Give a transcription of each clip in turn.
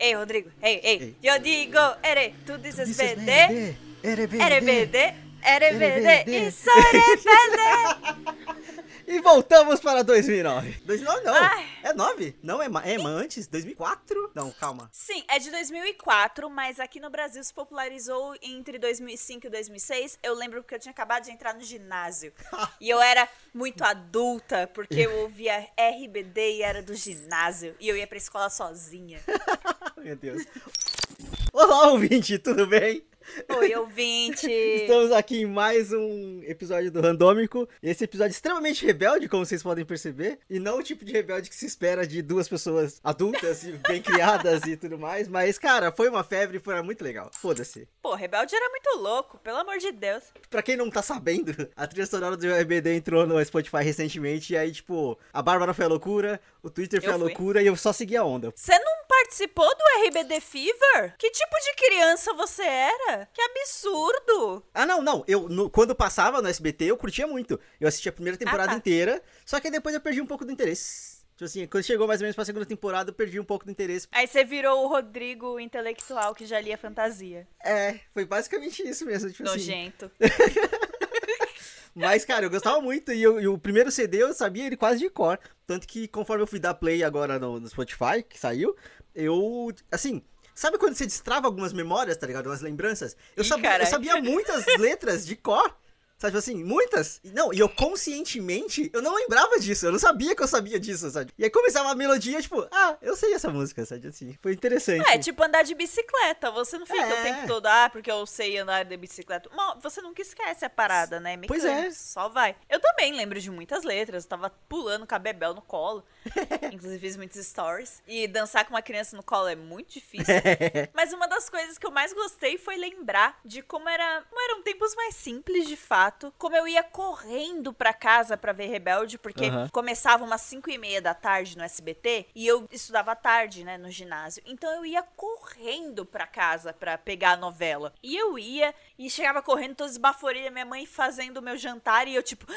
Ei, Rodrigo. Ei. Eu digo, tu dizes BD. RBD. RBD. Isso é E voltamos para 2009. 2009 não. Ai. É 9? Não, é antes? 2004? Não, calma. Sim, é de 2004, mas aqui no Brasil se popularizou entre 2005 e 2006. Eu lembro que eu tinha acabado de entrar no ginásio. E eu era muito adulta, porque eu ouvia RBD e era do ginásio. E eu ia pra escola sozinha. Meu Deus. Olá, ouvinte, tudo bem? Oi, ouvinte! Estamos aqui em mais um episódio do Randômico. Esse episódio é extremamente rebelde, como vocês podem perceber. E não o tipo de rebelde que se espera de duas pessoas adultas e bem criadas e tudo mais. Mas, cara, foi uma febre e foi muito legal. Foda-se. Pô, Rebelde era muito louco, pelo amor de Deus. Pra quem não tá sabendo, a trilha sonora do RBD entrou no Spotify recentemente. E aí, tipo, a Bárbara foi a loucura, o Twitter foi a loucura e eu só segui a onda. Você não participou do RBD Fever? Que tipo de criança você era? Que absurdo! Ah, não. Quando passava no SBT, eu curtia muito. Eu assisti a primeira temporada inteira, só que aí depois eu perdi um pouco do interesse. Tipo assim, quando chegou mais ou menos pra segunda temporada, eu perdi um pouco do interesse. Aí você virou o Rodrigo intelectual que já lia fantasia. É, foi basicamente isso mesmo. Tipo nojento. Assim. Mas, cara, eu gostava muito. E o primeiro CD eu sabia ele quase de cor. Tanto que conforme eu fui dar play agora no Spotify, que saiu, eu, assim... Sabe quando você destrava algumas memórias, tá ligado? Umas lembranças? Eu sabia muitas letras de cor. Sabe, tipo assim, muitas. Não, e eu conscientemente, eu não lembrava disso. Eu não sabia que eu sabia disso, sabe? E aí começava a melodia, tipo, eu sei essa música, sabe? Assim, foi interessante. É, tipo andar de bicicleta. Você não fica o tempo todo, porque eu sei andar de bicicleta. Você nunca esquece a parada, né? Mecânico, pois é. Só vai. Eu também lembro de muitas letras. Eu tava pulando com a Bebel no colo. Inclusive fiz muitos stories. E dançar com uma criança no colo é muito difícil. Mas uma das coisas que eu mais gostei foi lembrar de como eram tempos mais simples, de fato. Como eu ia correndo pra casa pra ver Rebelde, porque começava umas 5:30 da tarde no SBT, e eu estudava à tarde, né, no ginásio. Então eu ia correndo pra casa pra pegar a novela. E eu ia, e chegava correndo, toda esbaforida, minha mãe fazendo o meu jantar, e eu tipo...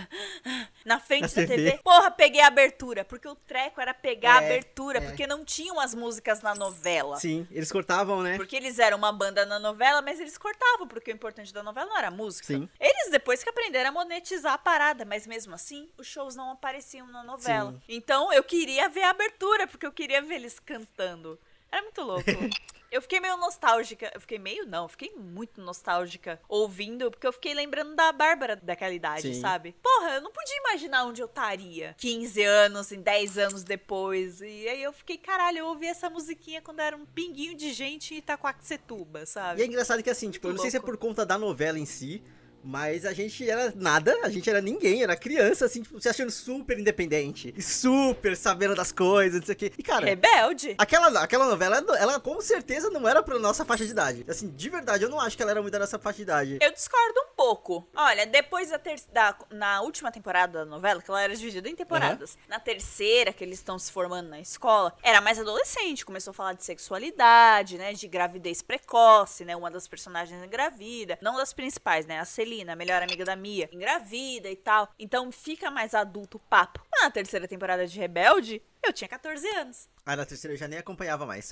na frente da TV. Porra, peguei a abertura, porque o treco era pegar a abertura, porque não tinham as músicas na novela. Sim, eles cortavam, né? Porque eles eram uma banda na novela, mas eles cortavam, porque o importante da novela não era a música. Sim. Eles depois que aprenderam a monetizar a parada, mas mesmo assim, os shows não apareciam na novela. Sim. Então eu queria ver a abertura, porque eu queria ver eles cantando. Era muito louco. Eu fiquei meio nostálgica. Fiquei muito nostálgica ouvindo, porque eu fiquei lembrando da Bárbara daquela idade, Sim. sabe? Porra, eu não podia imaginar onde eu estaria 15 anos, 10 anos depois. E aí eu fiquei, caralho, eu ouvi essa musiquinha quando era um pinguinho de gente em Itacoaxetuba, sabe? E é engraçado que assim, tipo, eu não sei se é por conta da novela em si, mas a gente era nada, a gente era ninguém, era criança, assim, tipo, se achando super independente, e super sabendo das coisas, não sei o quê. E, cara... Rebelde. Aquela novela, ela com certeza não era pra nossa faixa de idade. Assim, de verdade, eu não acho que ela era muito da nossa faixa de idade. Eu discordo um pouco. Olha, depois na última temporada da novela, que ela era dividida em temporadas, na terceira, que eles estão se formando na escola, era mais adolescente, começou a falar de sexualidade, né, de gravidez precoce, né, uma das personagens engravida, não das principais, né, a Celina, a melhor amiga da Mia, engravida e tal. Então fica mais adulto o papo. Mas na terceira temporada de Rebelde, eu tinha 14 anos. Na terceira eu já nem acompanhava mais.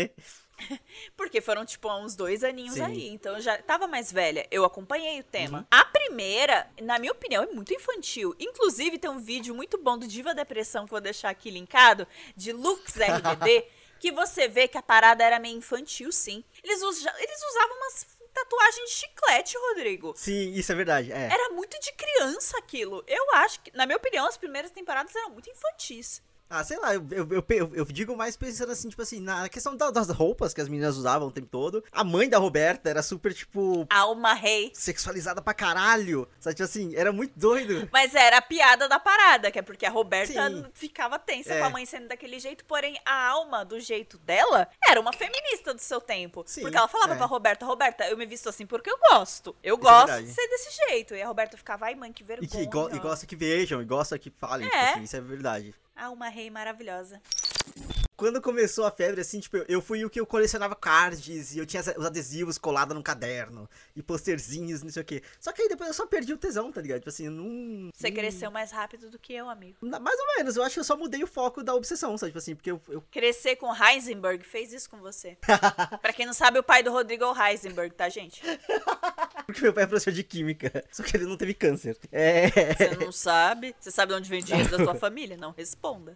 Porque foram, tipo, uns 2 aninhos. Sim. Aí. Então eu já tava mais velha. Eu acompanhei o tema. A primeira, na minha opinião, é muito infantil. Inclusive, tem um vídeo muito bom do Diva Depressão, que eu vou deixar aqui linkado, de Lux RBD, que você vê que a parada era meio infantil, sim. Eles usavam umas tatuagem de chiclete, Rodrigo. Sim, isso é verdade, Era muito de criança aquilo. Eu acho que, na minha opinião, as primeiras temporadas eram muito infantis. Sei lá, eu digo mais pensando assim, tipo assim, na questão das roupas que as meninas usavam o tempo todo. A mãe da Roberta era super, tipo... Alma Rei. Sexualizada pra caralho. Sabe, tipo assim, era muito doido. Mas era a piada da parada, que é porque a Roberta Sim. ficava tensa com a mãe sendo daquele jeito, porém a Alma, do jeito dela, era uma feminista do seu tempo. Sim, porque ela falava pra Roberta, eu me visto assim porque eu gosto. Eu gosto de ser desse jeito. E a Roberta ficava, ai mãe, que vergonha. E gosta que vejam, e gosta que falem, tipo assim, isso é verdade. Uma Rei maravilhosa. Quando começou a febre, assim, tipo, eu fui o que eu colecionava cards, e eu tinha os adesivos colados no caderno, e posterzinhos, não sei o quê. Só que aí depois eu só perdi o tesão, tá ligado? Tipo assim, eu não... Você cresceu mais rápido do que eu, amigo. Mais ou menos, eu acho que eu só mudei o foco da obsessão, sabe? Tipo assim, porque eu... Crescer com Heisenberg fez isso com você. Pra quem não sabe, o pai do Rodrigo é o Heisenberg, tá, gente? Porque meu pai é professor de química, só que ele não teve câncer. Você não sabe? Você sabe de onde vem o dinheiro da sua família? Não responda.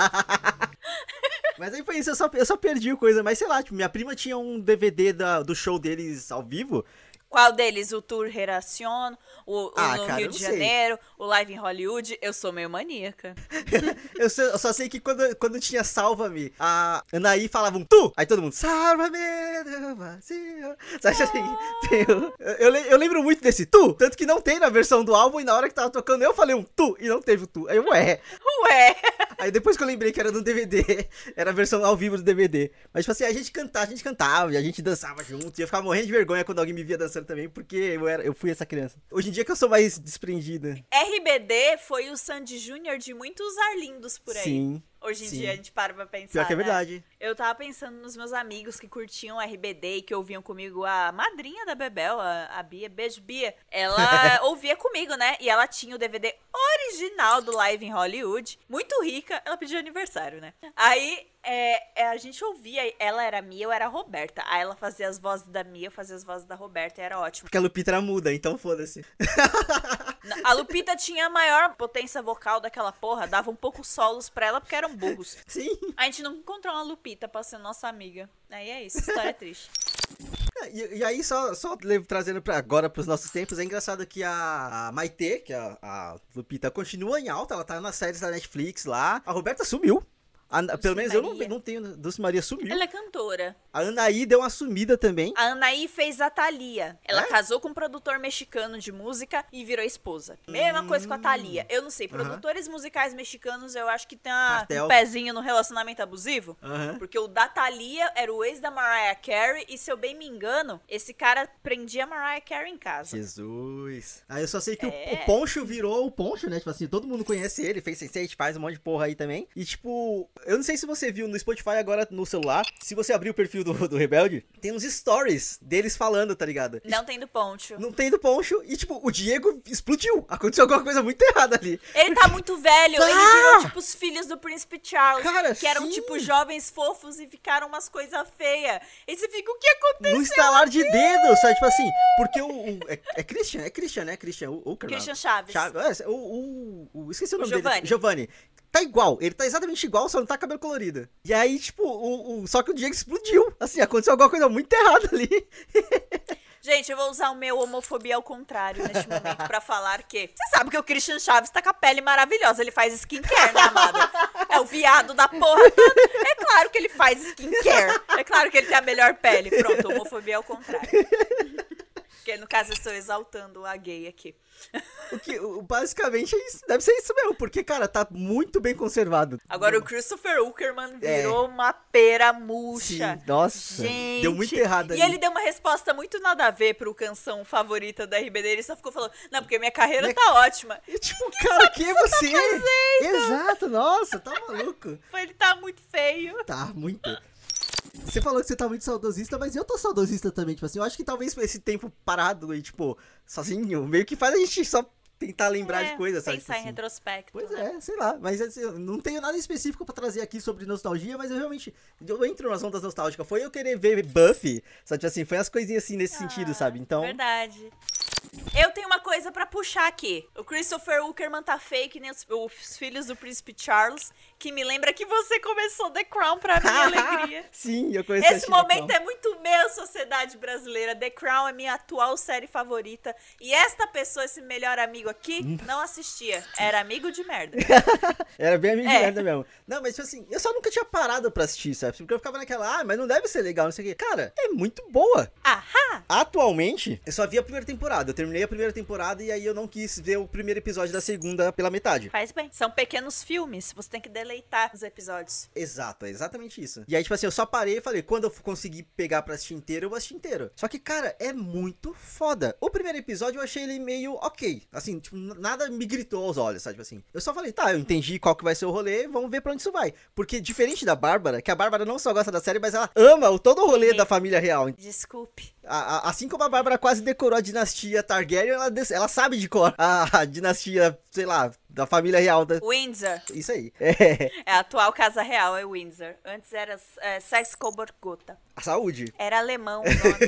Mas aí foi isso, eu só perdi a coisa. Mas sei lá, tipo, minha prima tinha um DVD do show deles ao vivo. Qual deles? O Tour Relacion, no cara, Rio de Janeiro, o Live em Hollywood? Eu sou meio maníaca. Eu só sei que quando tinha Salva-me, a Anaí falava um tu! Aí todo mundo, salva-me do vazio. Sabe assim? Eu lembro muito desse tu, tanto que não tem na versão do álbum, e na hora que tava tocando eu falei um tu, e não teve o tu. Aí eu, ué. Aí depois que eu lembrei que era do DVD, era a versão ao vivo do DVD. Mas tipo assim, a gente cantava, e a gente dançava junto, e eu ficava morrendo de vergonha quando alguém me via dançando também, porque eu fui essa criança. Hoje em dia que eu sou mais desprendida. RBD foi o Sandy Júnior de muitos arlindos por aí. Sim. Hoje em dia a gente para pra pensar, Pior que é verdade. Eu tava pensando nos meus amigos que curtiam RBD e que ouviam comigo, a madrinha da Bebel, a Bia, beijo Bia. Ela ouvia comigo, né? E ela tinha o DVD original do Live em Hollywood. Muito rica, ela pediu aniversário, né? Aí a gente ouvia, ela era a Mia, eu era a Roberta. Aí ela fazia as vozes da Mia, eu fazia as vozes da Roberta e era ótimo. Porque a Lupita era muda, então foda-se. A Lupita tinha a maior potência vocal daquela porra, dava um pouco solos pra ela porque eram burros. Sim. A gente não encontrou uma Lupita pra ser nossa amiga. Aí é isso, história é triste. E aí, só trazendo agora pros nossos tempos, é engraçado que a Maitê, que a Lupita, continua em alta, ela tá nas séries da Netflix lá. A Roberta sumiu. Pelo menos eu não tenho. Dulce Maria sumiu. Ela é cantora. A Anaí deu uma sumida também. A Anaí fez a Thalia. Ela casou com um produtor mexicano de música e virou esposa. Mesma coisa com a Thalia. Eu não sei, produtores musicais mexicanos eu acho que tem um pezinho no relacionamento abusivo. Porque o da Thalia era o ex da Mariah Carey e, se eu bem me engano, esse cara prendia a Mariah Carey em casa. Jesus. Aí eu só sei que o Poncho virou o Poncho, né? Tipo assim, todo mundo conhece ele, fez Sense8, faz um monte de porra aí também. E tipo... Eu não sei se você viu no Spotify agora no celular, se você abrir o perfil do Rebelde, tem uns stories deles falando, tá ligado? Não tem do Poncho. Não tem do Poncho e, tipo, o Diego explodiu. Aconteceu alguma coisa muito errada ali. Ele tá muito velho, ele virou, tipo, os filhos do Príncipe Charles, cara, que eram, sim, tipo, jovens fofos e ficaram umas coisas feias. E você fica, o que aconteceu? No estalar de dedos, sabe? Tipo assim, porque é Christian, né? Christian Chaves. Esqueci o nome dele. Giovanni. Tá igual, ele tá exatamente igual, só não tá cabelo colorido. E aí, tipo, só que o Diego explodiu. Assim, aconteceu alguma coisa muito errada ali. Gente, eu vou usar o meu homofobia ao contrário neste momento pra falar que... Você sabe que o Christian Chaves tá com a pele maravilhosa, ele faz skincare, né, amada? É o viado da porra toda. É claro que ele faz skincare. É claro que ele tem a melhor pele. Pronto, homofobia ao contrário. Porque, no caso, eu estou exaltando a gay aqui. Basicamente, é isso, deve ser isso mesmo, porque, cara, tá muito bem conservado. Agora, o Christopher Uckerman virou uma pera murcha. Sim, nossa, gente, deu muito errado ali. E ele deu uma resposta muito nada a ver pro canção favorita da RBD, ele só ficou falando, não, porque minha carreira tá ótima. E tipo, cara, quem é você? Tá exato, nossa, tá maluco. Ele tá muito feio. Tá, muito. Você falou que você tá muito saudosista, mas eu tô saudosista também, tipo assim, eu acho que talvez esse tempo parado e, tipo, sozinho, meio que faz a gente só tentar lembrar de coisas, sabe? Pensar em retrospecto. Pois né? sei lá, mas assim, eu não tenho nada específico pra trazer aqui sobre nostalgia, mas eu entro nas ondas nostálgicas, foi eu querer ver Buffy, sabe, tipo assim, foi as coisinhas assim nesse sentido, sabe, então... Verdade. Eu tenho uma coisa pra puxar aqui. O Christopher Uckerman tá fake, nem os filhos do Príncipe Charles, que me lembra que você começou The Crown pra minha alegria. Sim, eu conheci. Esse momento é muito meu, sociedade brasileira. The Crown é minha atual série favorita. E esta pessoa, esse melhor amigo aqui, não assistia. Era amigo de merda. Era bem amigo de merda mesmo. Não, mas tipo assim, eu só nunca tinha parado pra assistir, sabe? Porque eu ficava naquela, mas não deve ser legal, não sei o quê. Cara, é muito boa. Ahá! Atualmente, eu só vi a primeira temporada. Eu terminei a primeira temporada e aí eu não quis ver o primeiro episódio da segunda pela metade. Faz bem. São pequenos filmes, você tem que deleitar os episódios. Exato, é exatamente isso. E aí, tipo assim, eu só parei e falei, quando eu conseguir pegar pra assistir inteiro, eu vou assistir inteiro. Só que, cara, é muito foda. O primeiro episódio eu achei ele meio ok. Assim, tipo, nada me gritou aos olhos, sabe? Tipo assim, eu só falei, tá, eu entendi qual que vai ser o rolê, vamos ver pra onde isso vai. Porque diferente da Bárbara, que a Bárbara não só gosta da série, mas ela ama todo o rolê da família real. Desculpe. Assim como a Bárbara quase decorou a dinastia Targaryen, ela sabe de cor a dinastia, sei lá, da família real. Windsor. Isso aí. A atual casa real é Windsor. Antes era Saxe-Coburg-Gotha. A saúde. Era alemão o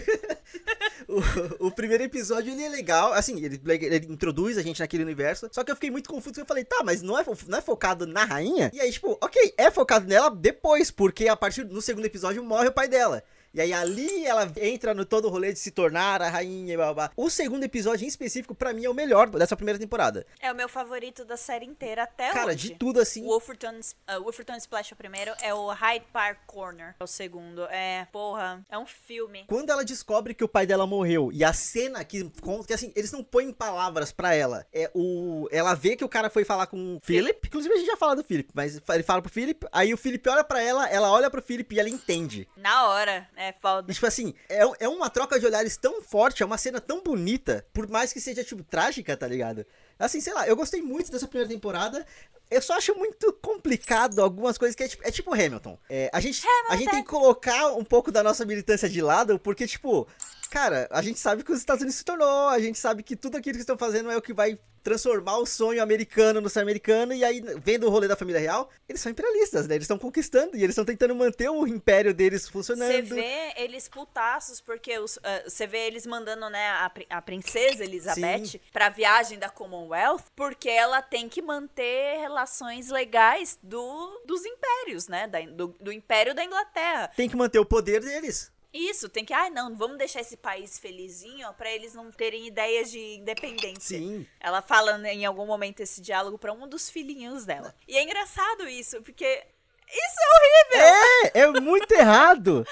nome. O primeiro episódio, ele é legal, assim, ele introduz a gente naquele universo, só que eu fiquei muito confuso, porque eu falei, tá, mas não é focado na rainha? E aí, tipo, ok, é focado nela depois, porque a partir do segundo episódio morre o pai dela. E aí ali ela entra no todo o rolê de se tornar a rainha e blá, blá, blá. O segundo episódio em específico, pra mim, é o melhor dessa primeira temporada. É o meu favorito da série inteira até hoje. Cara, de tudo assim. O Wolverton Splash é o primeiro, é o Hyde Park Corner é o segundo. É um filme. Quando ela descobre que o pai dela morreu, e a cena que assim, eles não põem palavras pra ela. Ela vê que o cara foi falar com o Philip. Inclusive a gente já fala do Philip, mas ele fala pro Philip, aí o Philip olha pra ela olha pro Philip e ela entende. Na hora. É foda. E, tipo assim, é uma troca de olhares tão forte, é uma cena tão bonita, por mais que seja, tipo, trágica, tá ligado? Assim, sei lá, eu gostei muito dessa primeira temporada. Eu só acho muito complicado algumas coisas que é tipo Hamilton. A gente tem que colocar um pouco da nossa militância de lado, porque, tipo, cara, a gente sabe que os Estados Unidos se tornou, a gente sabe que tudo aquilo que estão fazendo é o que vai transformar o sonho americano no sonho americano, e aí, vendo o rolê da família real, eles são imperialistas, né? Eles estão conquistando, e eles estão tentando manter o império deles funcionando. Você vê eles putaços, porque você vê eles mandando, né, a princesa Elizabeth Sim. pra viagem da Commonwealth, porque ela tem que manter relações legais dos impérios, né? Do Império da Inglaterra. Tem que manter o poder deles. Isso, tem que... não vamos deixar esse país felizinho, ó, pra eles não terem ideias de independência. Sim. Ela fala, né, em algum momento esse diálogo pra um dos filhinhos dela. E é engraçado isso, porque isso é horrível! É muito errado!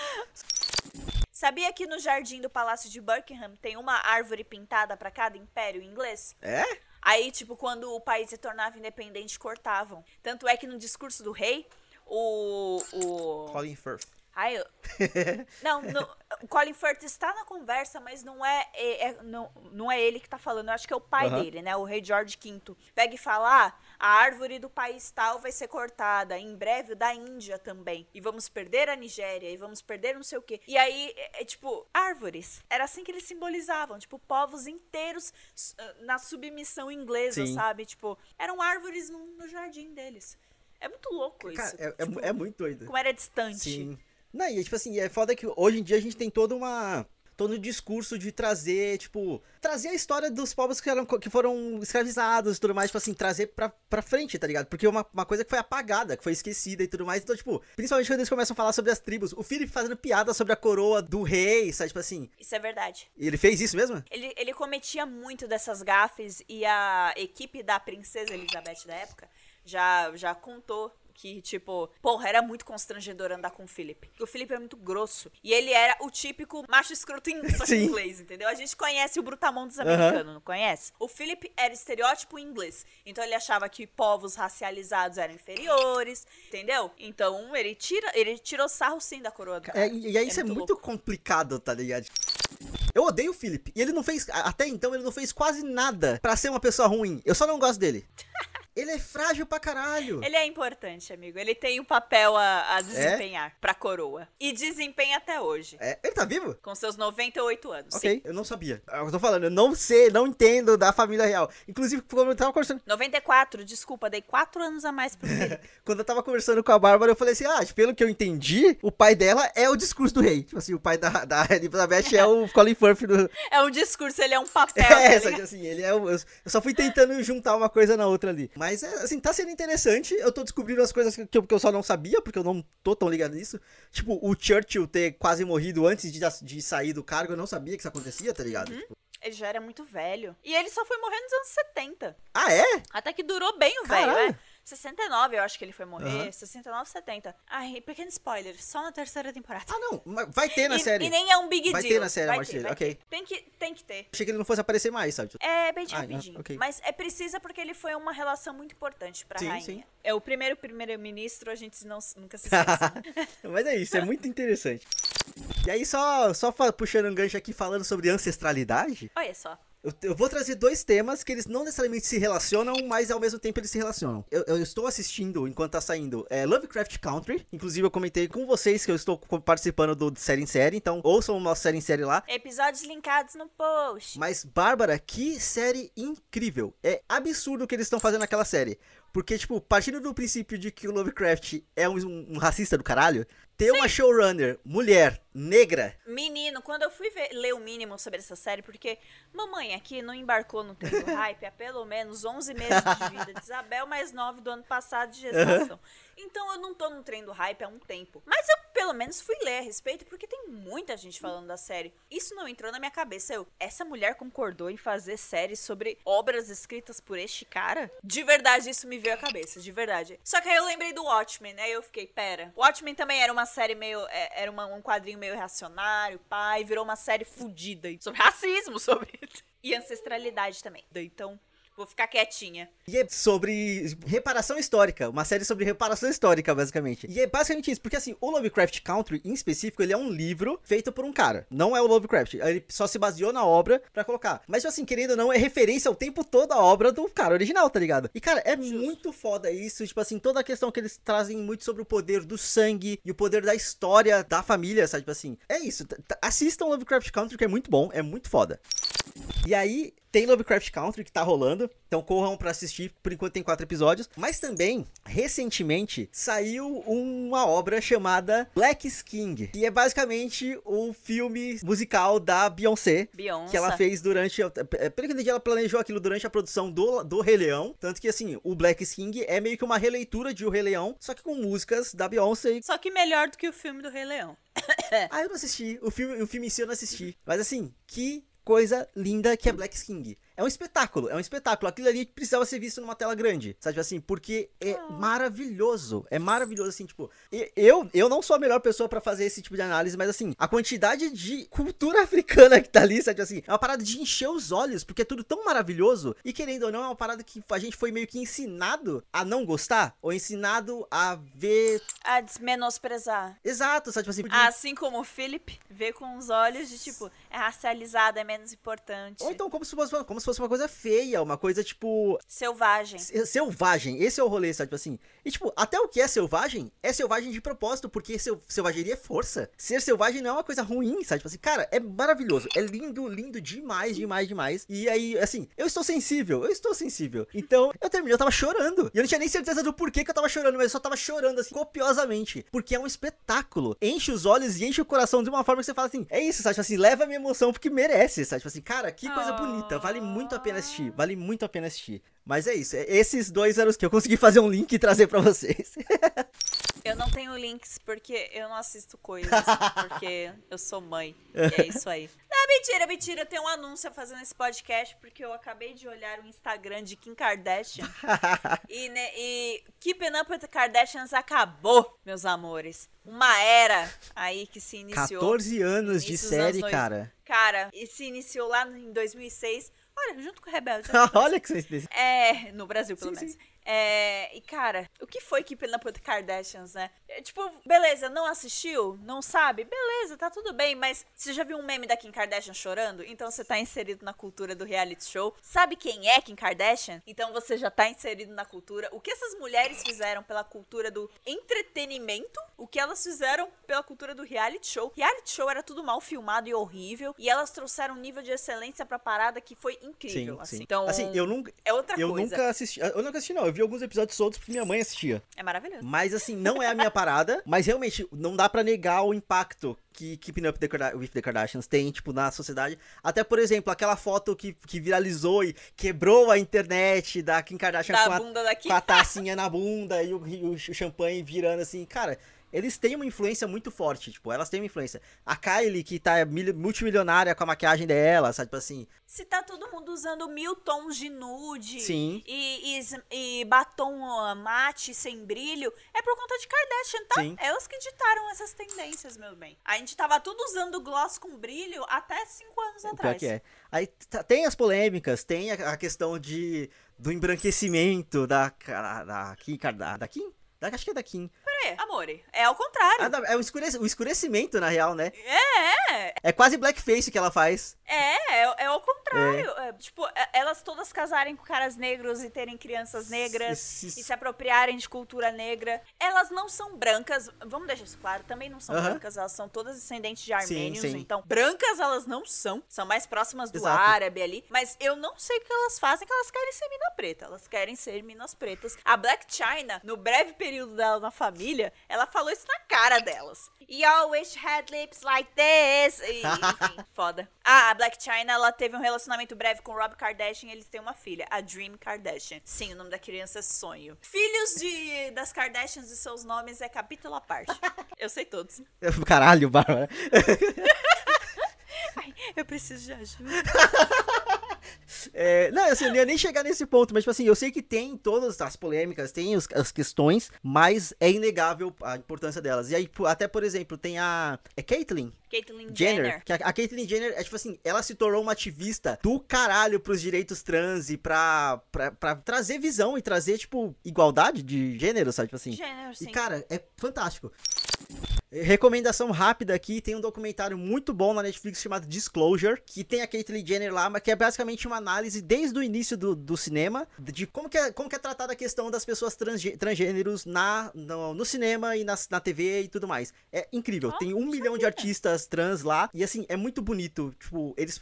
Sabia que no jardim do Palácio de Buckingham tem uma árvore pintada pra cada império inglês? É? Aí, tipo, quando o país se tornava independente, cortavam. Tanto é que no discurso do rei, Colin Firth. O Colin Firth está na conversa, mas não é ele que tá falando. Eu acho que é o pai dele, né? O rei George V. Pega e fala, a árvore do país tal vai ser cortada. Em breve, o da Índia também. E vamos perder a Nigéria. E vamos perder não sei o quê. E aí, tipo, árvores. Era assim que eles simbolizavam. Tipo, povos inteiros na submissão inglesa, Sim. sabe? Tipo, eram árvores no jardim deles. É muito louco isso. Cara, tipo, é muito doido. como era distante. Sim. Não, e tipo assim, é foda que hoje em dia a gente tem todo um discurso de trazer a história dos povos que foram escravizados e tudo mais, tipo assim, trazer pra frente, tá ligado? Porque uma coisa que foi apagada, que foi esquecida e tudo mais, então, tipo, principalmente quando eles começam a falar sobre as tribos, o Philip fazendo piada sobre a coroa do rei, sabe, tipo assim. Isso é verdade. E ele fez isso mesmo? Ele cometia muito dessas gafes e a equipe da princesa Elizabeth da época já contou que, tipo, porra, era muito constrangedor andar com o Philip. Porque o Philip é muito grosso. E ele era o típico macho escroto em inglês, entendeu? A gente conhece o brutamontes americano, não conhece? O Philip era estereótipo em inglês. Então ele achava que povos racializados eram inferiores, entendeu? Então ele tirou sarro sim da coroa do cara. E aí isso é muito complicado, tá ligado? Eu odeio o Philip. E ele não fez, até então, ele não fez quase nada pra ser uma pessoa ruim. Eu só não gosto dele. Ele é frágil pra caralho. Ele é importante, amigo. Ele tem um papel a desempenhar pra coroa. E desempenha até hoje. Ele tá vivo? Com seus 98 anos. Ok, Sim. eu não sabia. Eu tô falando, eu não sei, não entendo da família real. Inclusive, quando eu tava conversando... 94, desculpa, dei 4 anos a mais pro filho. Quando eu tava conversando com a Bárbara, eu falei assim, pelo que eu entendi, o pai dela é o discurso do rei. Tipo assim, o pai da Elizabeth é o Colin Firth do... É um discurso, ele é um papel. Assim, ele é eu só fui tentando juntar uma coisa na outra ali. Mas, assim, tá sendo interessante. Eu tô descobrindo as coisas que eu só não sabia, porque eu não tô tão ligado nisso. Tipo, o Churchill ter quase morrido antes de sair do cargo, eu não sabia que isso acontecia, tá ligado? Tipo... Ele já era muito velho. E ele só foi morrer nos anos 70. Ah, é? Até que durou bem o velho, né? 69, eu acho que ele foi morrer. 69, 70. Ai, pequeno spoiler, só na terceira temporada. Ah, não, mas vai ter na série. E nem é um big deal. Vai ter na série a vai morte ter, dele, vai ok. ter. Tem que ter. Achei que ele não fosse aparecer mais, sabe? É bem rapidinho. ok. Mas é precisa porque ele foi uma relação muito importante pra rainha. Sim. É o primeiro-ministro, a gente nunca se esquece. Mas é isso, é muito interessante. E aí, só puxando um gancho aqui, falando sobre ancestralidade, Olha só. eu vou trazer dois temas que eles não necessariamente se relacionam, mas ao mesmo tempo eles se relacionam. Eu estou assistindo, enquanto tá saindo, Lovecraft Country. Inclusive eu comentei com vocês que eu estou participando do Série em Série, então ouçam o nosso Série em Série lá. Episódios linkados no post. Mas, Bárbara, que série incrível. É absurdo o que eles estão fazendo naquela série. Porque, tipo, partindo do princípio de que o Lovecraft é um racista do caralho, ter uma showrunner, mulher, negra... Menino, quando eu fui ler o mínimo sobre essa série, porque mamãe aqui não embarcou no trem do hype há pelo menos 11 meses de vida de Isabel, mais 9 do ano passado de gestação. Então eu não tô no trem do hype há um tempo. Mas eu, pelo menos, fui ler a respeito, porque tem muita gente falando da série. Isso não entrou na minha cabeça. Essa mulher concordou em fazer série sobre obras escritas por este cara? De verdade, isso me veio à cabeça, de verdade. Só que aí eu lembrei do Watchmen, né? Eu fiquei, pera. Watchmen também era uma série meio... Era um quadrinho meio reacionário, pai. Virou uma série fodida sobre racismo, sobre... E ancestralidade também. Então... Vou ficar quietinha. E é sobre reparação histórica. Uma série sobre reparação histórica, basicamente. E é basicamente isso. Porque, assim, o Lovecraft Country, em específico, ele é um livro feito por um cara. Não é o Lovecraft. Ele só se baseou na obra pra colocar. Mas, assim, querendo ou não, é referência o tempo todo à obra do cara original, tá ligado? E, cara, é muito foda isso. Tipo assim, toda a questão que eles trazem muito sobre o poder do sangue e o poder da história da família, sabe? Tipo assim, é isso. Assistam Lovecraft Country, que é muito bom. É muito foda. E aí... Tem Lovecraft Country que tá rolando, então corram pra assistir, por enquanto tem 4 episódios. Mas também, recentemente, saiu uma obra chamada Black King, que é basicamente o filme musical da Beyoncé. Que ela fez durante... Pelo que eu entendi, ela planejou aquilo durante a produção do Rei Leão. Tanto que, assim, o Black King é meio que uma releitura de O Rei Leão, só que com músicas da Beyoncé. Só que melhor do que o filme do Rei Leão. Eu não assisti. O filme em si eu não assisti. Mas, assim, que... coisa linda que é Black King. É um espetáculo. Aquilo ali precisava ser visto numa tela grande, sabe assim? Porque é maravilhoso. É maravilhoso, assim, tipo... Eu não sou a melhor pessoa pra fazer esse tipo de análise, mas, assim, a quantidade de cultura africana que tá ali, sabe assim? É uma parada de encher os olhos, porque é tudo tão maravilhoso. E, querendo ou não, é uma parada que a gente foi meio que ensinado a não gostar, ou ensinado a ver... A menosprezar. Exato, sabe assim? Assim como o Philip vê com os olhos de, tipo, é racializado, é menos importante. Ou então, como se fosse uma coisa feia, uma coisa, tipo... Selvagem. Selvagem, esse é o rolê, sabe, tipo assim. E, tipo, até o que é selvagem de propósito, porque selvageria é força. Ser selvagem não é uma coisa ruim, sabe, tipo assim. Cara, é maravilhoso, é lindo, lindo demais, demais, demais. E aí, assim, eu estou sensível. Então, eu terminei, eu tava chorando. E eu não tinha nem certeza do porquê que eu tava chorando, mas eu só tava chorando, assim, copiosamente. Porque é um espetáculo. Enche os olhos e enche o coração de uma forma que você fala assim, é isso, sabe, tipo assim, leva a minha emoção porque merece, sabe, tipo assim, cara, que coisa bonita, vale muito a pena assistir, Mas é isso, esses dois eram os que eu consegui fazer um link e trazer pra vocês. Eu não tenho links porque eu não assisto coisas, porque eu sou mãe, e é isso aí. Não, mentira, tem um anúncio a fazer nesse podcast, porque eu acabei de olhar o Instagram de Kim Kardashian, e Keeping Up with the Kardashians acabou, meus amores. Uma era aí que se iniciou. 14 anos de série, cara. Cara, e se iniciou lá em 2006, olha, junto com o Rebelde. Olha que você... no Brasil, pelo menos. Sim. E, cara, o que foi Keeping Up with the Kardashians, né? Tipo, beleza, não assistiu? Não sabe? Beleza, tá tudo bem, mas você já viu um meme da Kim Kardashian chorando? Então você tá inserido na cultura do reality show. Sabe quem é Kim Kardashian? Então você já tá inserido na cultura. O que essas mulheres fizeram pela cultura do entretenimento, o que elas fizeram pela cultura do reality show. Reality show era tudo mal filmado e horrível, e elas trouxeram um nível de excelência pra parada que foi incrível, sim, assim. Sim. Então, assim, eu nunca assisti, não. Eu vi alguns episódios soltos porque minha mãe assistia. É maravilhoso. Mas, assim, não é a minha parada. Mas, realmente, não dá pra negar o impacto que Keeping Up with the Kardashians tem, tipo, na sociedade. Até, por exemplo, aquela foto que viralizou e quebrou a internet da Kim Kardashian com a tacinha na bunda e o champanhe virando, assim. Cara, eles têm uma influência muito forte, tipo, elas têm uma influência. A Kylie, que tá multimilionária com a maquiagem dela, sabe, tipo assim... Se tá todo mundo usando 1000 tons de nude Sim. e batom mate sem brilho, é por conta de Kardashian, tá? Sim. Elas que ditaram essas tendências, meu bem. A gente tava tudo usando gloss com brilho até 5 anos atrás. Pior que é. Aí tem as polêmicas, tem a questão do embranquecimento da Kim Kardashian. Acho que é da Kim. Peraí, amore, é ao contrário. É o escurecimento, na real, né? É. É quase blackface que ela faz. É ao contrário. Tipo, elas todas casarem com caras negros e terem crianças negras e se apropriarem de cultura negra. Elas não são brancas, vamos deixar isso claro, também não são brancas, elas são todas descendentes de armênios, sim. então brancas elas não são mais próximas do Exato. árabe ali, mas eu não sei o que elas fazem, que elas querem ser mina preta, elas querem ser minas pretas. A Blac Chyna, no breve período dela na família, ela falou isso na cara delas. You wish had lips like this. E, enfim, foda. A Blac Chyna, ela teve um relacionamento breve com o Rob Kardashian e eles têm uma filha, a Dream Kardashian. Sim, o nome da criança é Sonho. Filhos das Kardashians e seus nomes é capítulo à parte. Eu sei todos. Caralho, Bárbara. Ai, eu preciso de ajuda. Não, assim, eu não ia nem chegar nesse ponto, mas, tipo assim, eu sei que tem todas as polêmicas, tem as questões, mas é inegável a importância delas. E aí, até, por exemplo, tem a... É Caitlyn Jenner. Que a Caitlyn Jenner, tipo assim, ela se tornou uma ativista do caralho pros direitos trans e pra trazer visão e trazer, tipo, igualdade de gênero, sabe? Tipo assim. Gênero, sim. E, cara, é fantástico. Recomendação rápida aqui, tem um documentário muito bom na Netflix chamado Disclosure, que tem a Caitlyn Jenner lá, mas que é basicamente uma análise desde o início do cinema, de como que é tratada a questão das pessoas transgêneros no cinema e na TV e tudo mais. É incrível, tem 1 milhão de artistas trans lá, e assim, é muito bonito, tipo, eles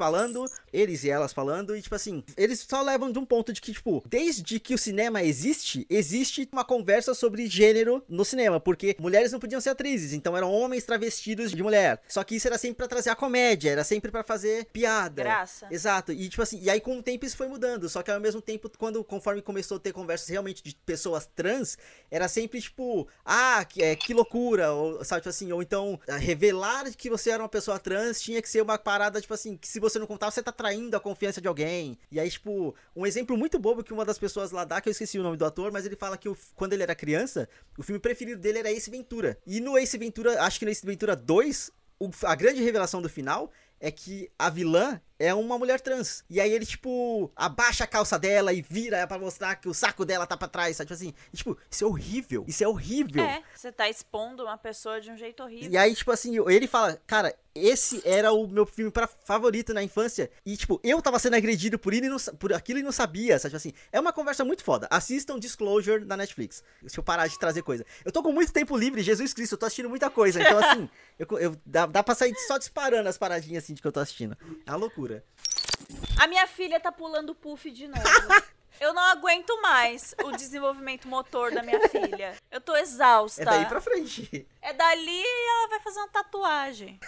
e elas falando, e tipo assim, eles só levam de um ponto de que, tipo, desde que o cinema existe uma conversa sobre gênero no cinema, porque mulheres não podiam ser atrizes, então eram homens travestidos de mulher. Só que isso era sempre pra trazer a comédia, era sempre pra fazer piada. Graça. Exato. E tipo assim, e aí com o tempo isso foi mudando. Só que ao mesmo tempo, conforme começou a ter conversas realmente de pessoas trans, era sempre tipo, que loucura, ou sabe, tipo assim, ou então revelar que você era uma pessoa trans tinha que ser uma parada, tipo assim, que se você não contar, você tá traindo a confiança de alguém. E aí, tipo, um exemplo muito bobo que uma das pessoas lá dá, que eu esqueci o nome do ator, mas ele fala que quando ele era criança, o filme preferido dele era Ace Ventura. E no Ace Ventura, acho que no Ace Ventura 2, a grande revelação do final é que a vilã é uma mulher trans. E aí ele, tipo, abaixa a calça dela e vira pra mostrar que o saco dela tá pra trás, sabe? Tipo assim, e, tipo, isso é horrível. Isso é horrível. Você tá expondo uma pessoa de um jeito horrível. E aí, tipo assim, ele fala, cara, esse era o meu filme favorito na infância. E, tipo, eu tava sendo agredido por aquilo e não sabia, sabe? Tipo assim, é uma conversa muito foda. Assistam Disclosure na Netflix. Deixa eu parar de trazer coisa. Eu tô com muito tempo livre, Jesus Cristo, eu tô assistindo muita coisa. Então, assim, dá pra sair só disparando as paradinhas assim de que eu tô assistindo. É uma loucura. A minha filha tá pulando puff de novo. Eu não aguento mais o desenvolvimento motor da minha filha. Eu tô exausta. É daí pra frente. É dali e ela vai fazer uma tatuagem.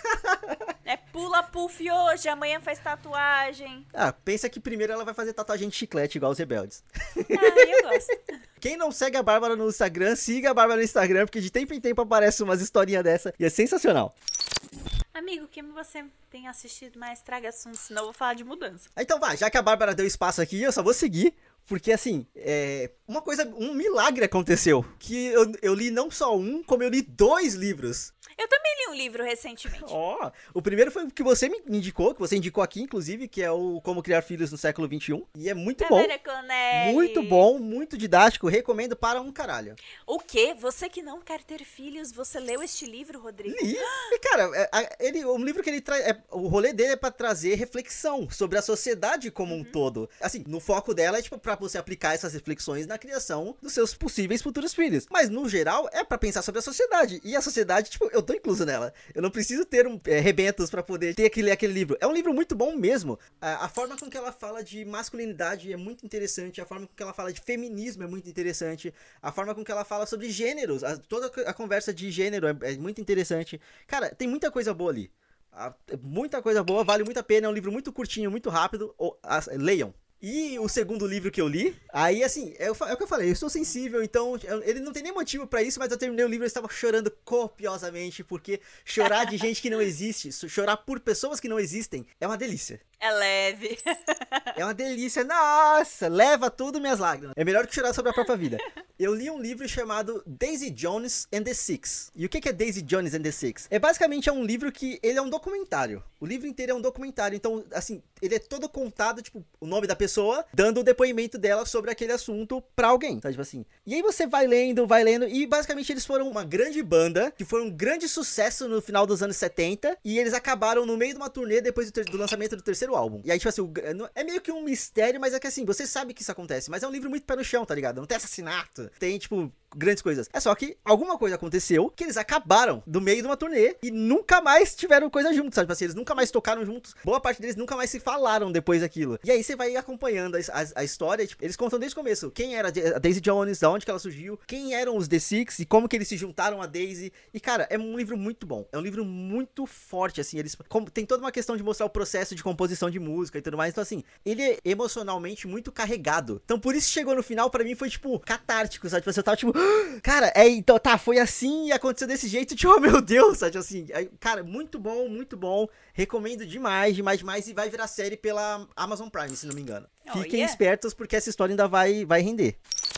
Pula puff hoje, amanhã faz tatuagem. Pensa que primeiro ela vai fazer tatuagem de chiclete igual os rebeldes. Eu gosto. Quem não segue a Bárbara no Instagram, siga a Bárbara no Instagram, porque de tempo em tempo aparece umas historinhas dessa e é sensacional. Amigo, o que você tem assistido mais? Traga assunto, senão eu vou falar de mudança. Então vai, já que a Bárbara deu espaço aqui, eu só vou seguir. Porque, assim, um milagre aconteceu. Que eu li não só como eu li 2 livros. Eu também li um livro recentemente. O primeiro foi o que você me indicou, que você indicou aqui, inclusive, que é o Como Criar Filhos no Século XXI. E é muito bom. Muito bom, muito didático. Recomendo para um caralho. O quê? Você que não quer ter filhos, você leu este livro, Rodrigo? Li. E, cara, um livro que ele traz... o rolê dele é pra trazer reflexão sobre a sociedade como um todo. Assim, no foco dela é, tipo, pra você aplicar essas reflexões na criação dos seus possíveis futuros filhos. Mas, no geral, é pra pensar sobre a sociedade. E a sociedade, tipo, eu tô incluso nela. Eu não preciso ter rebentos pra poder ter aquele livro. É um livro muito bom mesmo. A forma com que ela fala de masculinidade é muito interessante. A forma com que ela fala de feminismo é muito interessante. A forma com que ela fala sobre gêneros. Toda a conversa de gênero é muito interessante. Cara, tem muita coisa boa ali. Muita coisa boa, vale muito a pena. É um livro muito curtinho, muito rápido. Leiam. E o segundo livro que eu li, aí assim, é o que eu falei, eu sou sensível, então ele não tem nem motivo pra isso, mas eu terminei o livro e estava chorando copiosamente, porque chorar de gente que não existe, chorar por pessoas que não existem, é uma delícia. É leve. É uma delícia, nossa, leva tudo minhas lágrimas. É melhor que chorar sobre a própria vida. Eu li um livro chamado Daisy Jones and the Six. E o que é Daisy Jones and the Six? Basicamente um livro que ele é um documentário. O livro inteiro é um documentário, então, assim, ele é todo contado, tipo, o nome da pessoa, dando o depoimento dela sobre aquele assunto pra alguém, tá? Tipo assim. E aí você vai lendo, e basicamente eles foram uma grande banda, que foi um grande sucesso no final dos anos 70, e eles acabaram no meio de uma turnê depois do lançamento do terceiro álbum. E aí, tipo assim, é meio que um mistério, mas é que assim, você sabe que isso acontece, mas é um livro muito pé no chão, tá ligado? Não tem assassinato, tem, tipo, grandes coisas. É só que alguma coisa aconteceu que eles acabaram no meio de uma turnê e nunca mais tiveram coisa juntos, sabe? Assim, eles nunca mais tocaram juntos. Boa parte deles nunca mais se falaram depois daquilo. E aí você vai acompanhando a história, tipo, eles contam desde o começo quem era a Daisy Jones, da onde que ela surgiu, quem eram os The Six e como que eles se juntaram a Daisy. E cara, é um livro muito bom. É um livro muito forte, assim. Eles tem toda uma questão de mostrar o processo de composição de música e tudo mais. Então assim, ele é emocionalmente muito carregado. Então por isso chegou no final, pra mim foi tipo catártico, sabe? Tipo, você tava tipo, cara, então tá, foi assim e aconteceu desse jeito, tipo, oh meu Deus, sabe? Assim, cara, muito bom, muito bom. Recomendo demais, demais, demais. E vai virar série pela Amazon Prime, se não me engano. Fiquem espertos porque essa história ainda vai render.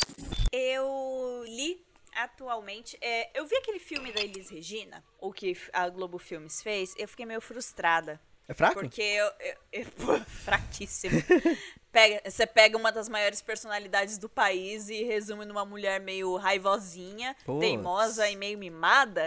Eu li atualmente, eu vi aquele filme da Elis Regina, o que a Globo Filmes fez, eu fiquei meio frustrada. É fraco? Porque pô, fraquíssimo. Você pega uma das maiores personalidades do país e resume numa mulher meio raivosinha, teimosa e meio mimada.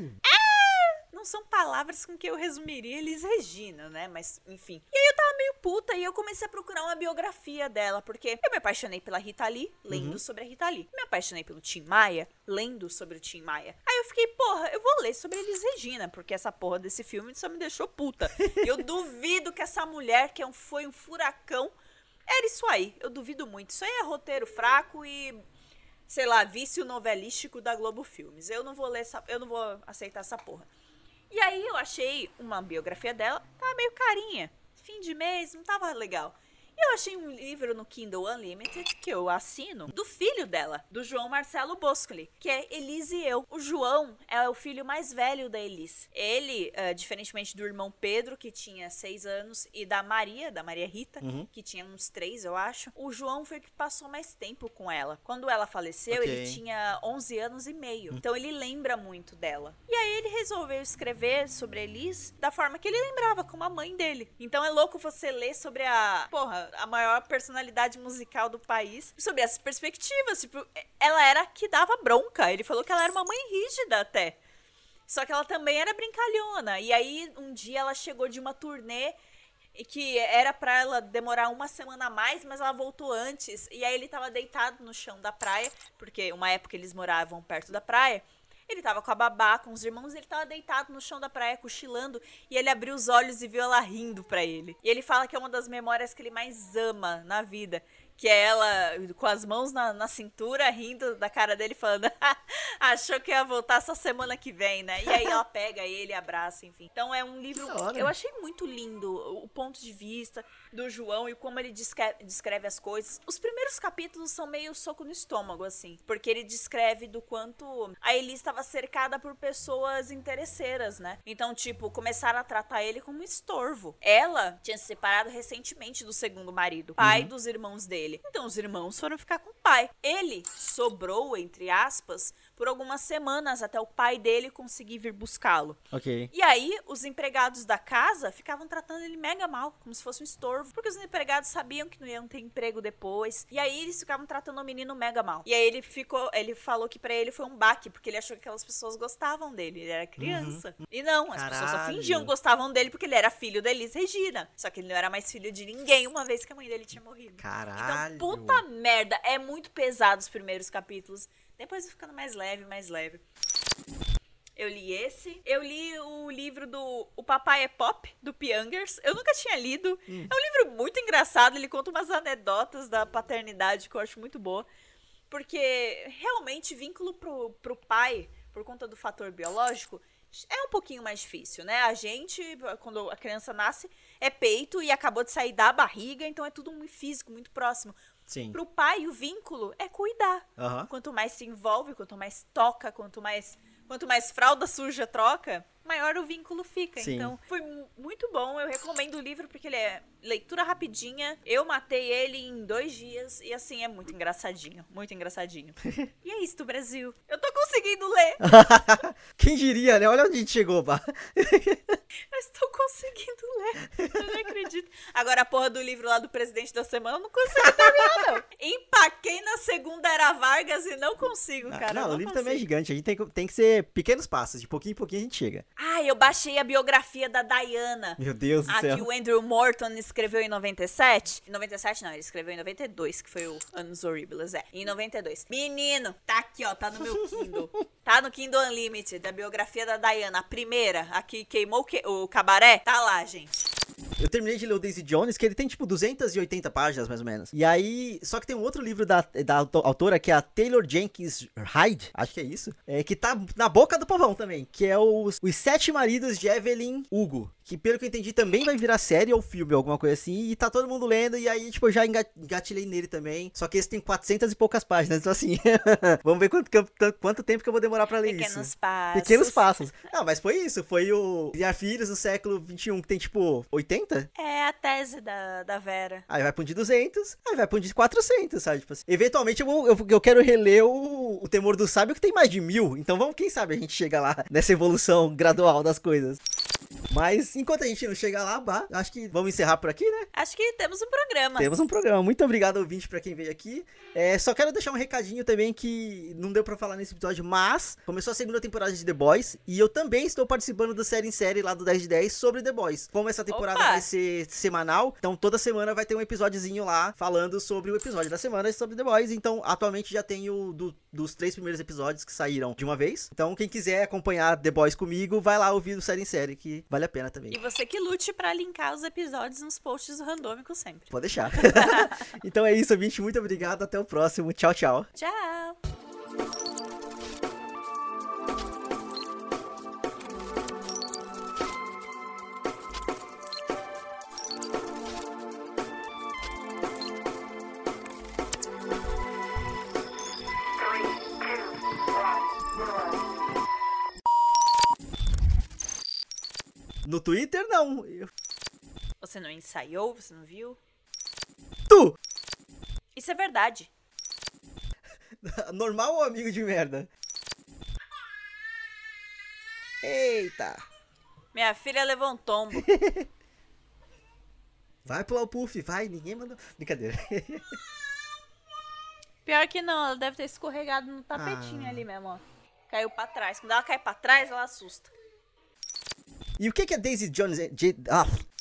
Não são palavras com que eu resumiria Elis Regina, né? Mas, enfim. E aí eu tava meio puta e eu comecei a procurar uma biografia dela, porque eu me apaixonei pela Rita Lee, lendo sobre a Rita Lee. Me apaixonei pelo Tim Maia, lendo sobre o Tim Maia. Aí eu fiquei, porra, eu vou ler sobre Elis Regina, porque essa porra desse filme só me deixou puta. Eu duvido que essa mulher, que foi um furacão, era isso aí. Eu duvido muito. Isso aí é roteiro fraco e, sei lá, vício novelístico da Globo Filmes. Eu não vou aceitar essa porra. E aí eu achei uma biografia dela, tava meio carinha. Fim de mês, não tava legal. E eu achei um livro no Kindle Unlimited, que eu assino, do filho dela, do João Marcelo Boscoli, que é Elis e Eu. O João é o filho mais velho da Elis. Ele, diferentemente do irmão Pedro, que tinha 6 anos, e da Maria Rita, que tinha uns 3, eu acho, o João foi o que passou mais tempo com ela. Quando ela faleceu, ele tinha 11 anos e meio. Então ele lembra muito dela. E aí ele resolveu escrever sobre a Elis da forma que ele lembrava, como a mãe dele. Então é louco você ler sobre a maior personalidade musical do país, sobre essas perspectivas. Tipo, ela era a que dava bronca. Ele falou que ela era uma mãe rígida até. Só que ela também era brincalhona. E aí, um dia ela chegou de uma turnê e que era pra ela demorar uma semana a mais, mas ela voltou antes. E aí ele tava deitado no chão da praia, porque uma época eles moravam perto da praia. Ele tava com a babá, com os irmãos, e ele tava deitado no chão da praia, cochilando, e ele abriu os olhos e viu ela rindo pra ele. E ele fala que é uma das memórias que ele mais ama na vida, que é ela com as mãos na cintura, rindo da cara dele, falando, achou que ia voltar só semana que vem, né? E aí ela pega ele, abraça, enfim. Então é um livro, eu achei muito lindo o ponto de vista do João e como ele descreve as coisas. Os primeiros capítulos são meio soco no estômago, assim, porque ele descreve do quanto a Elis estava cercada por pessoas interesseiras, né? Então, tipo, começaram a tratar ele como um estorvo. Ela tinha se separado recentemente do segundo marido, pai dos irmãos dele. Então, os irmãos foram ficar com o pai. Ele sobrou, entre aspas, por algumas semanas até o pai dele conseguir vir buscá-lo. Ok. E aí, os empregados da casa ficavam tratando ele mega mal, como se fosse um estorvo, porque os empregados sabiam que não iam ter emprego depois. E aí, eles ficavam tratando o menino mega mal. E aí, ele falou que pra ele foi um baque, porque ele achou que aquelas pessoas gostavam dele. Ele era criança. E não, as pessoas só fingiam que gostavam dele porque ele era filho da Elis Regina. Só que ele não era mais filho de ninguém, uma vez que a mãe dele tinha morrido. Caralho. Então, puta merda, é muito pesado os primeiros capítulos. Depois vai ficando mais leve, mais leve. Eu li esse. Eu li o livro do O Papai é Pop, do Piangers. Eu nunca tinha lido. É um livro muito engraçado. Ele conta umas anedotas da paternidade que eu acho muito boa. Porque, realmente, vínculo pro pai, por conta do fator biológico, é um pouquinho mais difícil, né? A gente, quando a criança nasce, é peito e acabou de sair da barriga, então é tudo muito físico, muito próximo. Sim. Pro pai, o vínculo é cuidar. Aham. Quanto mais se envolve, quanto mais toca, quanto mais fralda suja troca, maior o vínculo fica. Sim. Então, foi muito bom. Eu recomendo o livro porque ele é leitura rapidinha. Eu matei ele em 2 dias e, assim, é muito engraçadinho. Muito engraçadinho. E é isso, Brasil. Eu tô conseguindo ler. Quem diria, né? Olha onde a gente chegou, Bá. Eu estou conseguindo ler. Eu não acredito. Agora, a porra do livro lá do Presidente da Semana, eu não consigo terminar, não. Empaquei na segunda era Vargas e não consigo, cara. Não, eu o livro consigo. também é gigante. A gente tem que ser pequenos passos. De pouquinho em pouquinho a gente chega. Ah, eu baixei a biografia da Diana. Meu Deus do A céu. que o Andrew Morton escreveu em 97. Em 97 não, ele escreveu em 92, que foi o Anos Horribles, Em 92. Menino, tá aqui, ó, tá no meu Kindle. Tá no Kindle Unlimited, a biografia da Diana. A primeira, a que queimou o cabaré, tá lá, gente. Eu terminei de ler o Daisy Jones, que ele tem, tipo, 280 páginas, mais ou menos. E aí, só que tem um outro livro da autora, que é a Taylor Jenkins Reid, acho que é isso, que tá na boca do povão também, que é Os 7 Maridos de Evelyn Hugo, que pelo que eu entendi também vai virar série ou filme, alguma coisa assim, e tá todo mundo lendo, e aí, tipo, eu já engatilhei nele também, só que esse tem 400 e poucas páginas, então assim, vamos ver quanto tempo que eu vou demorar pra ler Pequenos isso. passos. Pequenos passos. Não, mas foi isso, foi o Criar Filhos no século XXI, que tem, tipo, 80? É a tese da Vera. Aí vai pra um de 200, aí vai pra um de 400, sabe? Tipo assim, eventualmente eu quero reler o Temor do Sábio, que tem mais de 1000. Então vamos, quem sabe a gente chega lá nessa evolução gradual das coisas. Mas enquanto a gente não chega lá, acho que vamos encerrar por aqui, né? Acho que temos um programa. Temos um programa. Muito obrigado, ouvinte, pra quem veio aqui. Só quero deixar um recadinho também que não deu pra falar nesse episódio, mas começou a segunda temporada de The Boys e eu também estou participando do Série em Série lá do 10 de 10 sobre The Boys. Como essa temporada vai ser semanal, então toda semana vai ter um episódiozinho lá falando sobre o episódio da semana sobre The Boys. Então, atualmente já tenho dos 3 primeiros episódios que saíram de uma vez. Então, quem quiser acompanhar The Boys comigo, vai lá ouvir o Série em Série, que vale a pena também. E você que lute pra linkar os episódios nos posts do Randômico sempre. Pode deixar. Então é isso, ouvinte. Muito obrigado. Até o próximo. Tchau, tchau. Tchau. No Twitter, não. Você não ensaiou? Você não viu? Tu! Isso é verdade. Normal ou amigo de merda? Eita! Minha filha levou um tombo. Vai pular o puff, vai. Ninguém mandou... Brincadeira. Pior que não, ela deve ter escorregado no tapetinho ali mesmo, ó. Caiu pra trás. Quando ela cai pra trás, ela assusta. E o que é Daisy Jones?